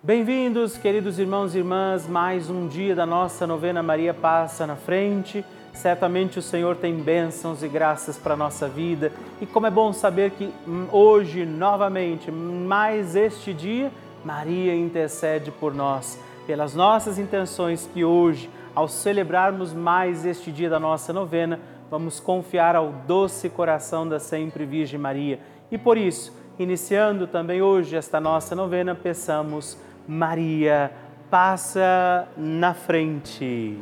Bem-vindos, queridos irmãos e irmãs, mais um dia da nossa novena Maria Passa na Frente. Certamente o Senhor tem bênçãos e graças para a nossa vida. E como é bom saber que hoje, novamente, mais este dia, Maria intercede por nós, pelas nossas intenções que hoje, ao celebrarmos mais este dia da nossa novena, vamos confiar ao doce coração da sempre Virgem Maria. E por isso, iniciando também hoje esta nossa novena, peçamos: Maria, passa na frente.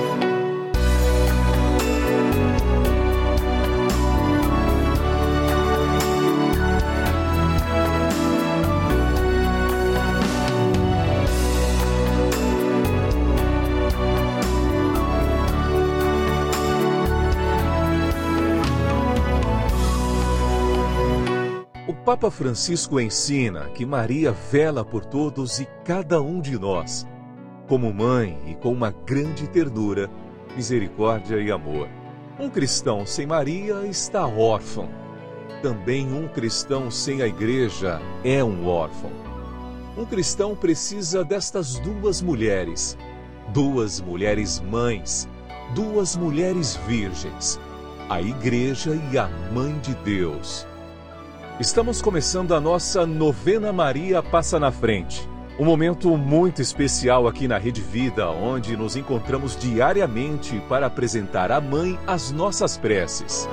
O Papa Francisco ensina que Maria vela por todos e cada um de nós, como mãe e com uma grande ternura, misericórdia e amor. Um cristão sem Maria está órfão. Também um cristão sem a Igreja é um órfão. Um cristão precisa destas duas mulheres mães, duas mulheres virgens, a Igreja e a Mãe de Deus. Estamos começando a nossa novena Maria Passa na Frente. Um momento muito especial aqui na Rede Vida, onde nos encontramos diariamente para apresentar à Mãe as nossas preces.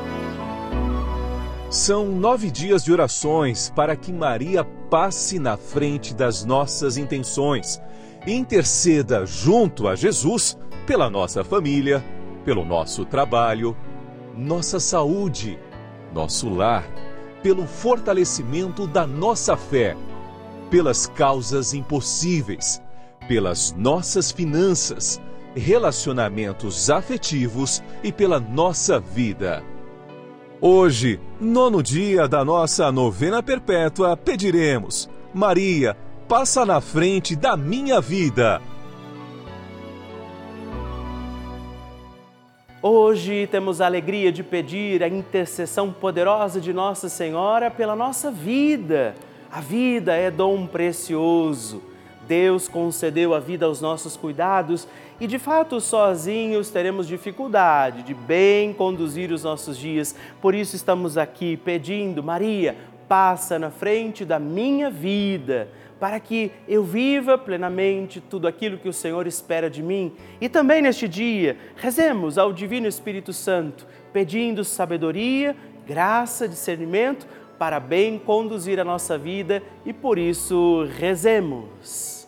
São 9 dias de orações para que Maria passe na frente das nossas intenções e interceda junto a Jesus pela nossa família, pelo nosso trabalho, nossa saúde, nosso lar, pelo fortalecimento da nossa fé, pelas causas impossíveis, pelas nossas finanças, relacionamentos afetivos e pela nossa vida. Hoje, 9º dia da nossa novena perpétua, pediremos: Maria, passa na frente da minha vida. Hoje temos a alegria de pedir a intercessão poderosa de Nossa Senhora pela nossa vida. A vida é dom precioso. Deus concedeu a vida aos nossos cuidados e, de fato, sozinhos teremos dificuldade de bem conduzir os nossos dias. Por isso estamos aqui pedindo: Maria, passa na frente da minha vida, para que eu viva plenamente tudo aquilo que o Senhor espera de mim. E também neste dia, rezemos ao Divino Espírito Santo, pedindo sabedoria, graça, discernimento, para bem conduzir a nossa vida, e por isso rezemos.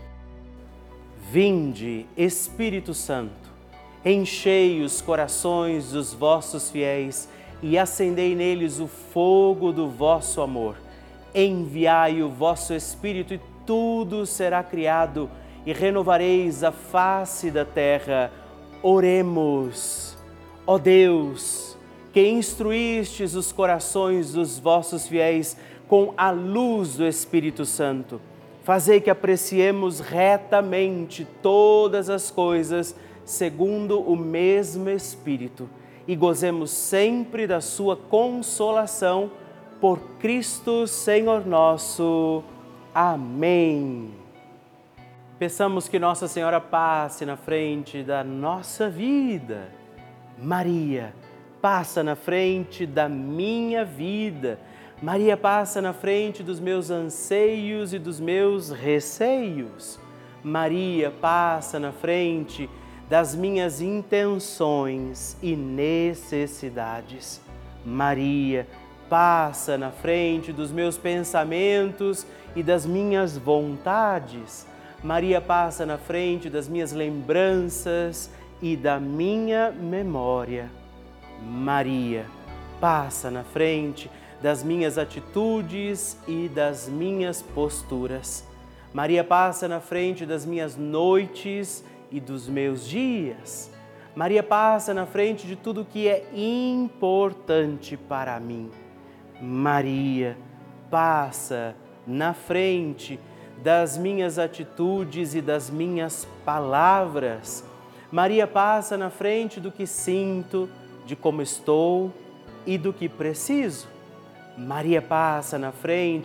Vinde, Espírito Santo, enchei os corações dos vossos fiéis e acendei neles o fogo do vosso amor. Enviai o vosso Espírito e tudo será criado e renovareis a face da terra. Oremos. Ó Deus, que instruístes os corações dos vossos fiéis com a luz do Espírito Santo, fazei que apreciemos retamente todas as coisas segundo o mesmo Espírito e gozemos sempre da sua consolação. Por Cristo Senhor nosso. Amém. Peçamos que Nossa Senhora passe na frente da nossa vida. Maria, passa na frente da minha vida. Maria, passa na frente dos meus anseios e dos meus receios. Maria, passa na frente das minhas intenções e necessidades. Maria, passa na frente dos meus pensamentos e das minhas vontades. Maria, passa na frente das minhas lembranças e da minha memória. Maria, passa na frente das minhas atitudes e das minhas posturas. Maria, passa na frente das minhas noites e dos meus dias. Maria, passa na frente de tudo que é importante para mim. Maria, passa na frente das minhas atitudes e das minhas palavras. Maria, passa na frente do que sinto, de como estou e do que preciso. Maria, passa na frente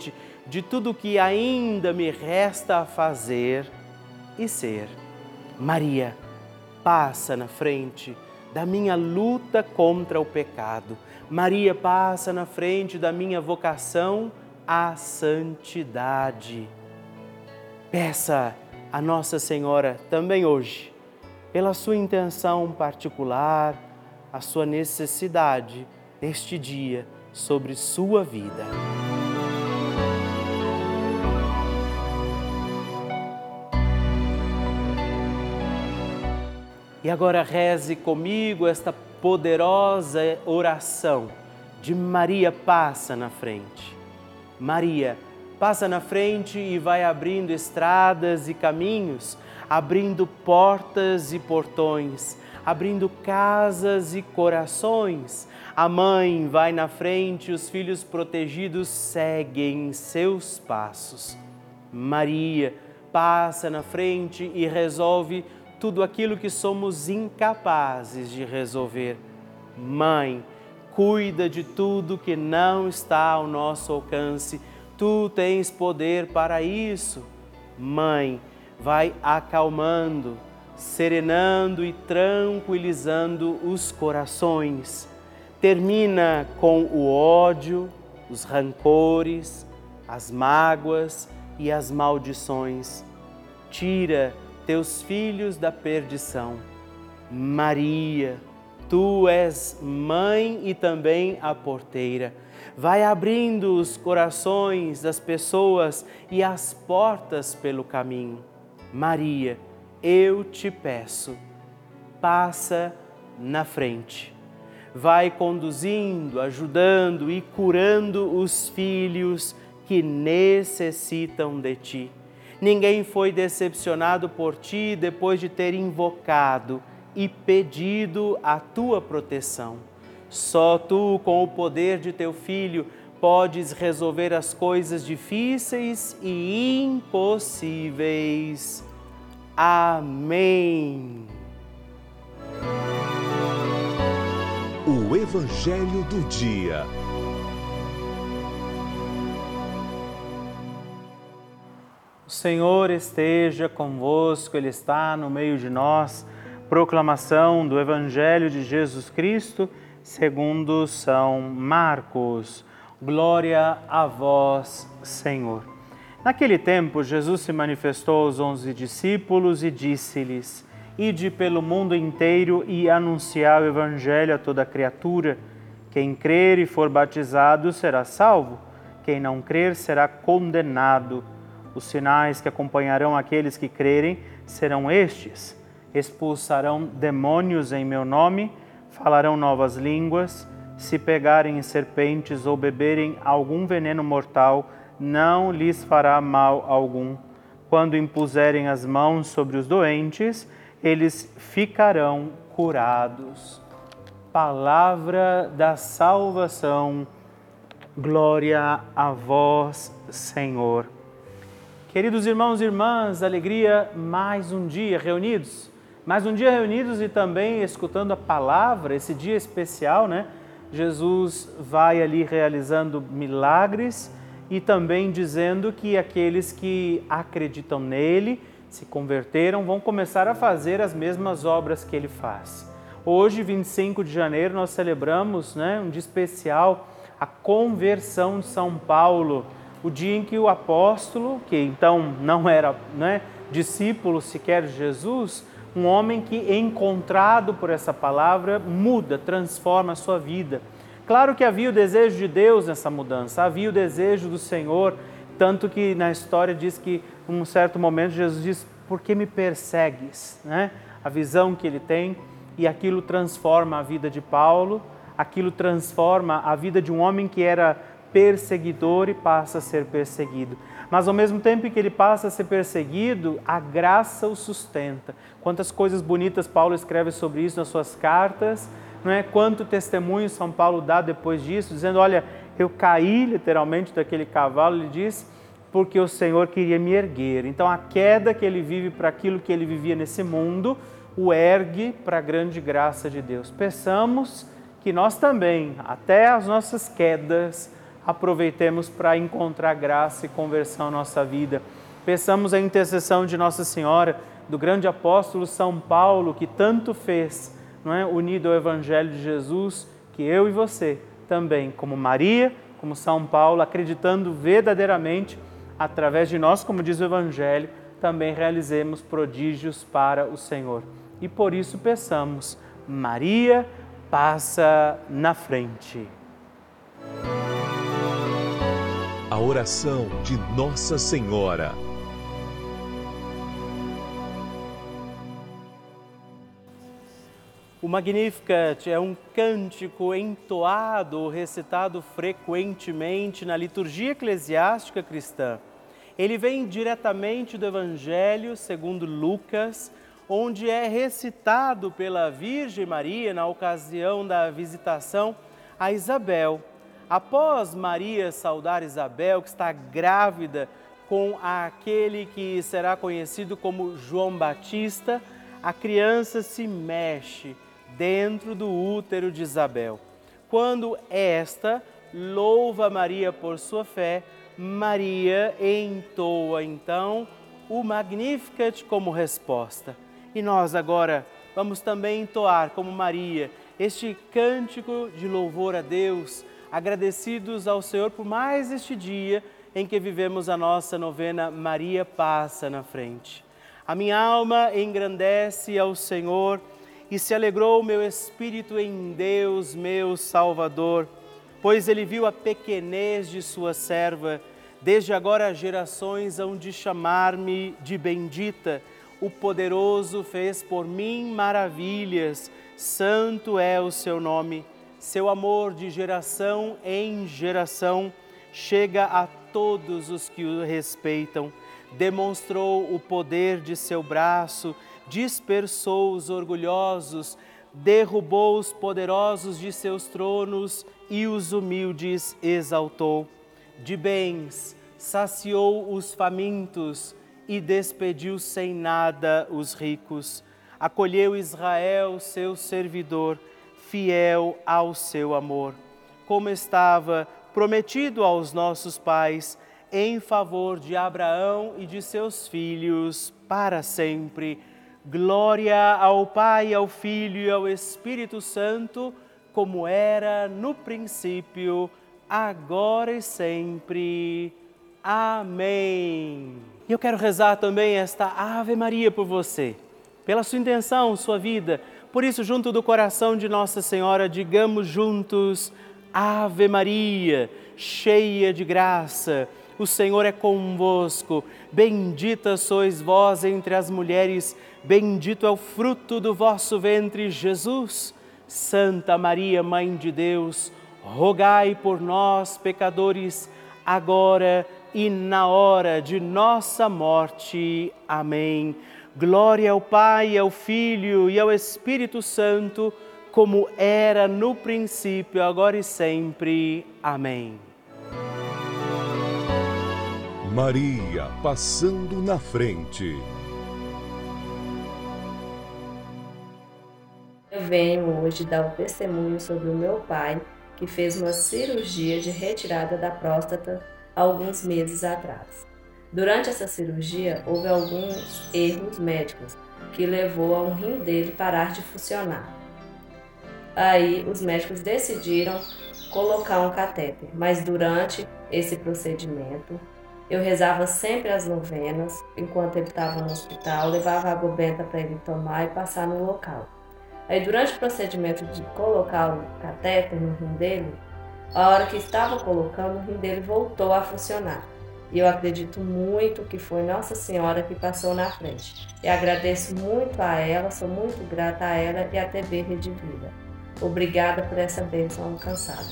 de tudo que ainda me resta a fazer e ser. Maria, passa na frente da minha luta contra o pecado. Maria, passa na frente da minha vocação à santidade. Peça a Nossa Senhora também hoje, pela sua intenção particular, a sua necessidade neste dia sobre sua vida. E agora reze comigo esta poderosa oração de Maria passa na frente. Maria passa na frente e vai abrindo estradas e caminhos, abrindo portas e portões, abrindo casas e corações. A mãe vai na frente, os filhos protegidos seguem seus passos. Maria passa na frente e resolve tudo aquilo que somos incapazes de resolver. Mãe, cuida de tudo que não está ao nosso alcance. Tu tens poder para isso. Mãe, vai acalmando, serenando e tranquilizando os corações. Termina com o ódio, os rancores, as mágoas e as maldições. Tira teus filhos da perdição. Maria, tu és mãe e também a porteira. Vai abrindo os corações das pessoas e as portas pelo caminho. Maria, eu te peço, passa na frente. Vai conduzindo, ajudando e curando os filhos que necessitam de ti. Ninguém foi decepcionado por ti depois de ter invocado e pedido a tua proteção. Só tu, com o poder de teu Filho, podes resolver as coisas difíceis e impossíveis. Amém. O Evangelho do Dia. O Senhor esteja convosco, Ele está no meio de nós. Proclamação do Evangelho de Jesus Cristo, segundo São Marcos. Glória a vós, Senhor. Naquele tempo, Jesus se manifestou aos 11 discípulos e disse-lhes: Ide pelo mundo inteiro e anunciai o Evangelho a toda criatura. Quem crer e for batizado será salvo. Quem não crer será condenado. Os sinais que acompanharão aqueles que crerem serão estes: expulsarão demônios em meu nome, falarão novas línguas, se pegarem em serpentes ou beberem algum veneno mortal, não lhes fará mal algum. Quando impuserem as mãos sobre os doentes, eles ficarão curados. Palavra da salvação. Glória a vós, Senhor. Queridos irmãos e irmãs, alegria, mais um dia reunidos. Mais um dia reunidos e também escutando a palavra, esse dia especial, né? Jesus vai ali realizando milagres e também dizendo que aqueles que acreditam nele, se converteram, vão começar a fazer as mesmas obras que ele faz. Hoje, 25 de janeiro, nós celebramos, né, um dia especial, a conversão de São Paulo, o dia em que o apóstolo, que então não era, né, discípulo sequer de Jesus, um homem que, encontrado por essa palavra, muda, transforma a sua vida. Claro que havia o desejo de Deus nessa mudança, havia o desejo do Senhor, tanto que na história diz que, em um certo momento, Jesus diz: por que me persegues? Né? A visão que ele tem, e aquilo transforma a vida de Paulo, aquilo transforma a vida de um homem que era perseguidor e passa a ser perseguido. Mas ao mesmo tempo que ele passa a ser perseguido, a graça o sustenta. Quantas coisas bonitas Paulo escreve sobre isso nas suas cartas, não é? Quanto testemunho São Paulo dá depois disso, dizendo: olha, eu caí literalmente daquele cavalo, ele diz, porque o Senhor queria me erguer. Então a queda que ele vive para aquilo que ele vivia nesse mundo, o ergue para a grande graça de Deus. Peçamos que nós também, até as nossas quedas, aproveitemos para encontrar graça e conversão na nossa vida. Peçamos a intercessão de Nossa Senhora, do grande apóstolo São Paulo, que tanto fez, não é? Unido ao Evangelho de Jesus, que eu e você também, como Maria, como São Paulo, acreditando verdadeiramente, através de nós, como diz o Evangelho, também realizemos prodígios para o Senhor. E por isso peçamos, Maria, passa na frente. A oração de Nossa Senhora. O Magnificat é um cântico entoado ou recitado frequentemente na liturgia eclesiástica cristã. Ele vem diretamente do Evangelho segundo Lucas, onde é recitado pela Virgem Maria na ocasião da visitação a Isabel. Após Maria saudar Isabel, que está grávida com aquele que será conhecido como João Batista, a criança se mexe dentro do útero de Isabel. Quando esta louva Maria por sua fé, Maria entoa então o Magnificat como resposta. E nós agora vamos também entoar como Maria este cântico de louvor a Deus, agradecidos ao Senhor por mais este dia em que vivemos a nossa novena Maria Passa na Frente. A minha alma engrandece ao Senhor e se alegrou o meu espírito em Deus, meu Salvador, pois Ele viu a pequenez de sua serva. Desde agora as gerações hão de chamar-me de bendita. O poderoso fez por mim maravilhas, santo é o seu nome. Seu amor de geração em geração chega a todos os que o respeitam. Demonstrou o poder de seu braço, dispersou os orgulhosos, derrubou os poderosos de seus tronos e os humildes exaltou. De bens saciou os famintos e despediu sem nada os ricos. Acolheu Israel, seu servidor, fiel ao seu amor, como estava prometido aos nossos pais, em favor de Abraão e de seus filhos para sempre. Glória ao Pai, ao Filho e ao Espírito Santo, como era no princípio, agora e sempre. Amém. E eu quero rezar também esta Ave Maria por você, pela sua intenção, sua vida. Por isso, junto do coração de Nossa Senhora, digamos juntos: Ave Maria, cheia de graça, o Senhor é convosco. Bendita sois vós entre as mulheres, bendito é o fruto do vosso ventre, Jesus. Santa Maria, Mãe de Deus, rogai por nós, pecadores, agora e na hora de nossa morte. Amém. Glória ao Pai, ao Filho e ao Espírito Santo, como era no princípio, agora e sempre. Amém. Maria passando na frente. Eu venho hoje dar o testemunho sobre o meu pai, que fez uma cirurgia de retirada da próstata há alguns meses atrás. Durante essa cirurgia, houve alguns erros médicos, que levou a um rim dele parar de funcionar. Aí, os médicos decidiram colocar um catéter, mas durante esse procedimento, eu rezava sempre as novenas, enquanto ele estava no hospital, levava água benta para ele tomar e passar no local. Aí, durante o procedimento de colocar o catéter no rim dele, a hora que estava colocando, o rim dele voltou a funcionar. E eu acredito muito que foi Nossa Senhora que passou na frente. E agradeço muito a ela, sou muito grata a ela e à TV Rede Vida. Obrigada por essa bênção alcançada.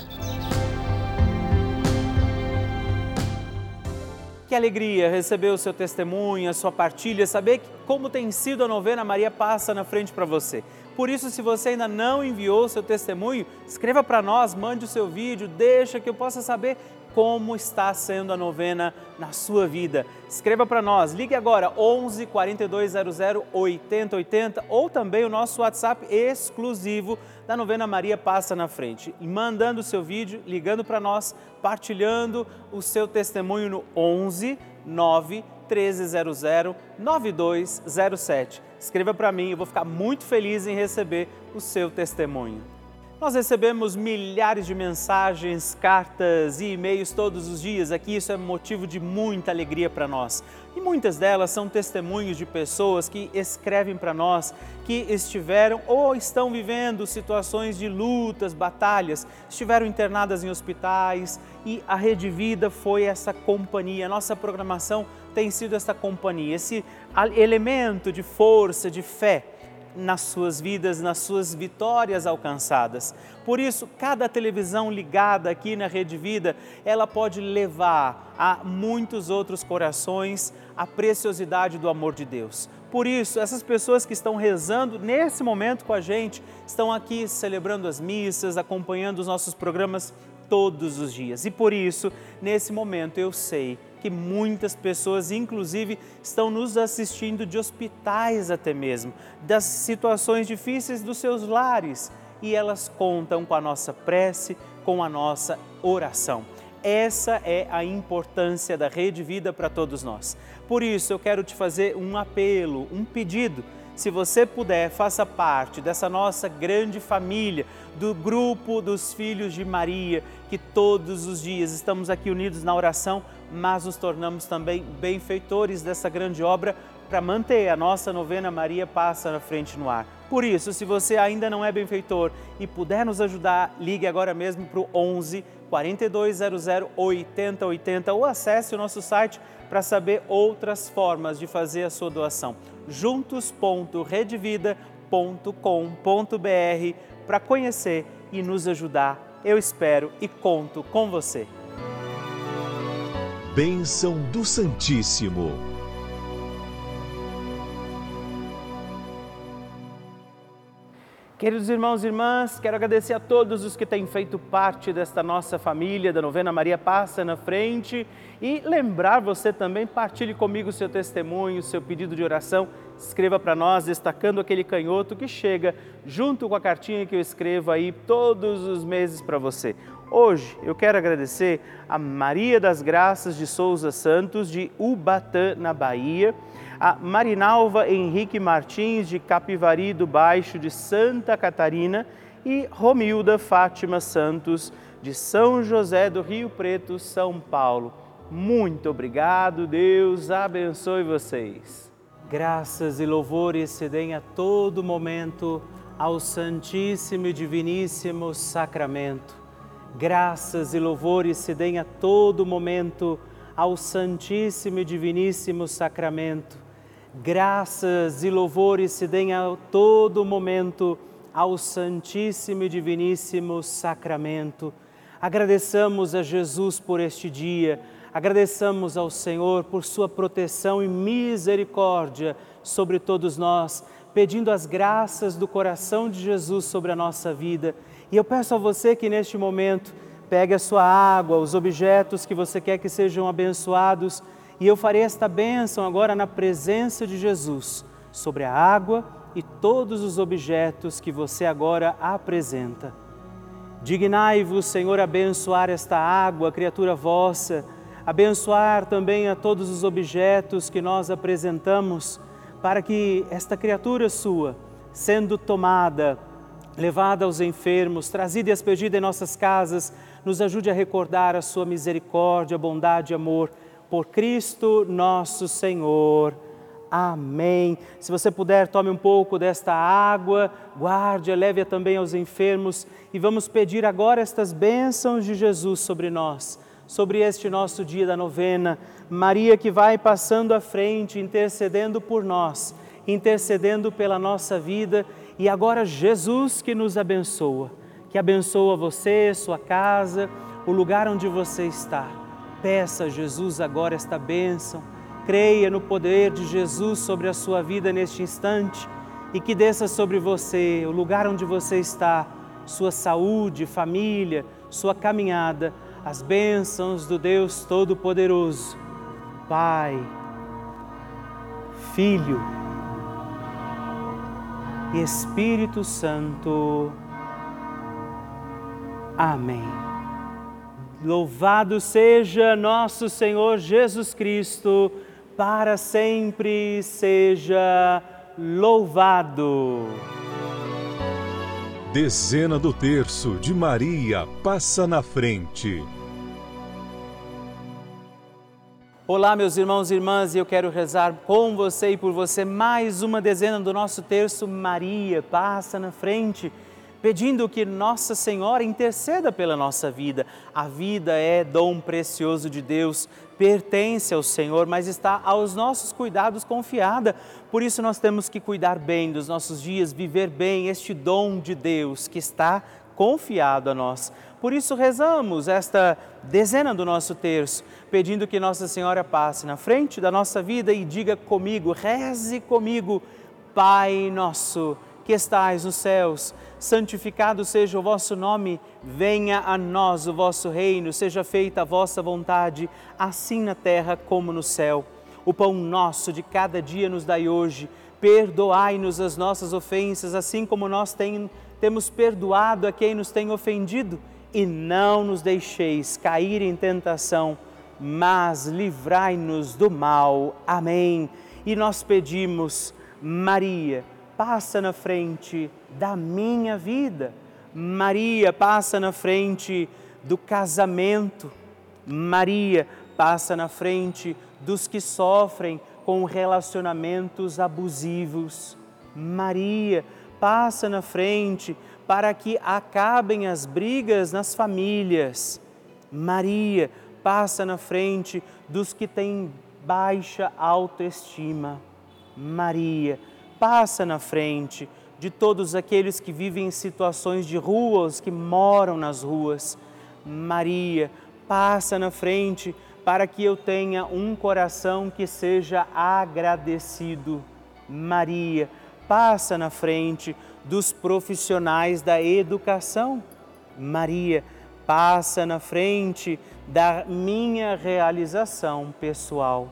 Que alegria receber o seu testemunho, a sua partilha, saber como tem sido a novena Maria Passa na Frente para você. Por isso, se você ainda não enviou o seu testemunho, escreva para nós, mande o seu vídeo, deixa que eu possa saber como está sendo a novena na sua vida. Escreva para nós, ligue agora 11 4200 8080 ou também o nosso WhatsApp exclusivo da novena Maria Passa na Frente. E mandando o seu vídeo, ligando para nós, partilhando o seu testemunho no 11 9 1300 9207. Escreva para mim, eu vou ficar muito feliz em receber o seu testemunho. Nós recebemos milhares de mensagens, cartas e e-mails todos os dias aqui, isso é motivo de muita alegria para nós. E muitas delas são testemunhos de pessoas que escrevem para nós, que estiveram ou estão vivendo situações de lutas, batalhas, estiveram internadas em hospitais e a Rede Vida foi essa companhia, a nossa programação tem sido essa companhia, esse elemento de força, de fé nas suas vidas, nas suas vitórias alcançadas. Por isso, cada televisão ligada aqui na Rede Vida, ela pode levar a muitos outros corações a preciosidade do amor de Deus. Por isso, essas pessoas que estão rezando nesse momento com a gente, estão aqui celebrando as missas, acompanhando os nossos programas todos os dias. E por isso, nesse momento, eu sei que muitas pessoas, inclusive, estão nos assistindo de hospitais até mesmo, das situações difíceis dos seus lares, e elas contam com a nossa prece, com a nossa oração. Essa é a importância da Rede Vida para todos nós. Por isso, eu quero te fazer um apelo, um pedido. Se você puder, faça parte dessa nossa grande família, do grupo dos Filhos de Maria, que todos os dias estamos aqui unidos na oração, mas nos tornamos também benfeitores dessa grande obra para manter a nossa novena Maria Passa na Frente no ar. Por isso, se você ainda não é benfeitor e puder nos ajudar, ligue agora mesmo para o 11 4200 8080 ou acesse o nosso site para saber outras formas de fazer a sua doação. juntos.redevida.com.br para conhecer e nos ajudar. Eu espero e conto com você. Bênção do Santíssimo. Queridos irmãos e irmãs, quero agradecer a todos os que têm feito parte desta nossa família da novena Maria Passa na Frente e lembrar você também, partilhe comigo o seu testemunho, o seu pedido de oração, escreva para nós destacando aquele canhoto que chega junto com a cartinha que eu escrevo aí todos os meses para você. Hoje eu quero agradecer a Maria das Graças de Souza Santos, de Ubatã, na Bahia, a Marinalva Henrique Martins, de Capivari do Baixo, de Santa Catarina, e Romilda Fátima Santos, de São José do Rio Preto, São Paulo. Muito obrigado, Deus abençoe vocês. Graças e louvores se deem a todo momento ao Santíssimo e Diviníssimo Sacramento. Graças e louvores se deem a todo momento ao Santíssimo e Diviníssimo Sacramento. Graças e louvores se deem a todo momento ao Santíssimo e Diviníssimo Sacramento. Agradeçamos a Jesus por este dia, agradeçamos ao Senhor por sua proteção e misericórdia sobre todos nós, pedindo as graças do coração de Jesus sobre a nossa vida. E eu peço a você que neste momento pegue a sua água, os objetos que você quer que sejam abençoados, e eu farei esta bênção agora na presença de Jesus, sobre a água e todos os objetos que você agora apresenta. Dignai-vos, Senhor, abençoar esta água, criatura vossa, abençoar também a todos os objetos que nós apresentamos, para que esta criatura sua, sendo tomada, levada aos enfermos, trazida e expedida em nossas casas, nos ajude a recordar a sua misericórdia, bondade e amor, por Cristo nosso Senhor. Amém. Se você puder, tome um pouco desta água, guarde-a, leve-a também aos enfermos e vamos pedir agora estas bênçãos de Jesus sobre nós, sobre este nosso dia da novena. Maria que vai passando à frente, intercedendo por nós, intercedendo pela nossa vida, e agora Jesus que nos abençoa, que abençoa você, sua casa, o lugar onde você está. Peça a Jesus agora esta bênção, creia no poder de Jesus sobre a sua vida neste instante e que desça sobre você, o lugar onde você está, sua saúde, família, sua caminhada, as bênçãos do Deus Todo-Poderoso, Pai, Filho e Espírito Santo. Amém. Louvado seja nosso Senhor Jesus Cristo, para sempre seja louvado. Dezena do terço de Maria passa na frente. Olá, meus irmãos e irmãs, e eu quero rezar com você e por você mais uma dezena do nosso terço Maria passa na frente, pedindo que Nossa Senhora interceda pela nossa vida. A vida é dom precioso de Deus, pertence ao Senhor, mas está aos nossos cuidados confiada. Por isso nós temos que cuidar bem dos nossos dias, viver bem este dom de Deus que está confiado a nós. Por isso rezamos esta dezena do nosso terço, pedindo que Nossa Senhora passe na frente da nossa vida e diga comigo, reze comigo: Pai nosso que estais nos céus, santificado seja o vosso nome, venha a nós o vosso reino, seja feita a vossa vontade, assim na terra como no céu. O pão nosso de cada dia nos dai hoje, perdoai-nos as nossas ofensas, assim como nós temos perdoado a quem nos tem ofendido, e não nos deixeis cair em tentação, mas livrai-nos do mal. Amém. E nós pedimos, Maria, passa na frente da minha vida. Maria, passa na frente do casamento. Maria, passa na frente dos que sofrem com relacionamentos abusivos. Maria, passa na frente para que acabem as brigas nas famílias. Maria, passa na frente dos que têm baixa autoestima. Maria, passa na frente de todos aqueles que vivem em situações de ruas, que moram nas ruas. Maria, passa na frente para que eu tenha um coração que seja agradecido. Maria, passa na frente dos profissionais da educação. Maria, passa na frente da minha realização pessoal.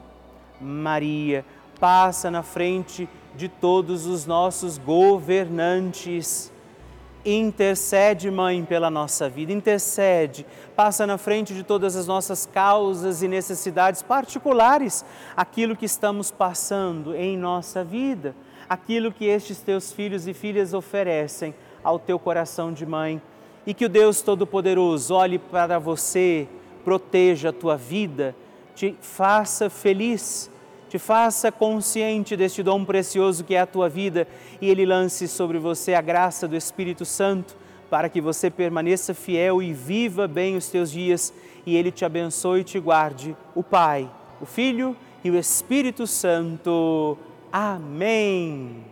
Maria, passa na frente de todos os nossos governantes. Intercede, Mãe, pela nossa vida, intercede, passa na frente de todas as nossas causas e necessidades particulares, aquilo que estamos passando em nossa vida, aquilo que estes teus filhos e filhas oferecem ao teu coração de mãe. E que o Deus Todo-Poderoso olhe para você, proteja a tua vida, te faça feliz, te faça consciente deste dom precioso que é a tua vida e Ele lance sobre você a graça do Espírito Santo para que você permaneça fiel e viva bem os teus dias e Ele te abençoe e te guarde, o Pai, o Filho e o Espírito Santo. Amém.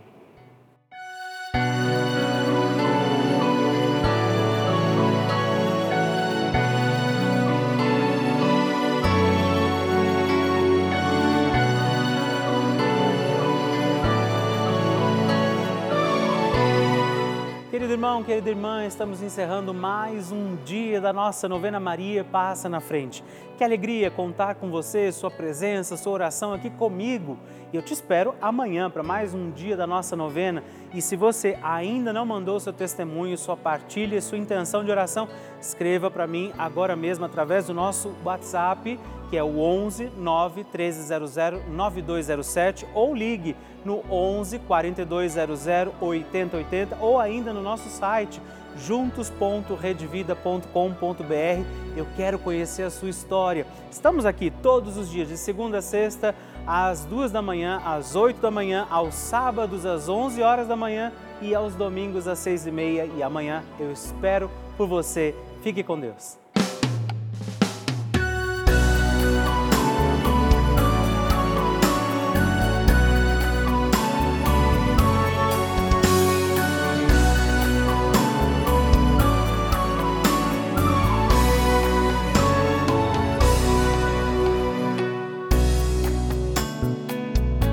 Querido irmão, querida irmã, estamos encerrando mais um dia da nossa novena Maria Passa na Frente. Que alegria contar com você, sua presença, sua oração aqui comigo. E eu te espero amanhã para mais um dia da nossa novena. E se você ainda não mandou seu testemunho, sua partilha, sua intenção de oração, escreva para mim agora mesmo através do nosso WhatsApp, que é o 11 9 1300 9207, ou ligue no 11 4200 8080 ou ainda no nosso site juntos.redvida.com.br. Eu quero conhecer a sua história. Estamos aqui todos os dias, de segunda a sexta, às 2 da manhã, às 8 da manhã, aos sábados às 11 horas da manhã e aos domingos às 6h30. E amanhã eu espero por você. Fique com Deus.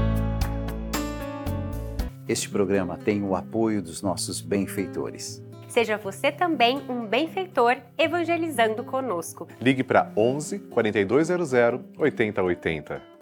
Este programa tem o apoio dos nossos benfeitores. Seja você também um benfeitor evangelizando conosco. Ligue para 11 4200 8080.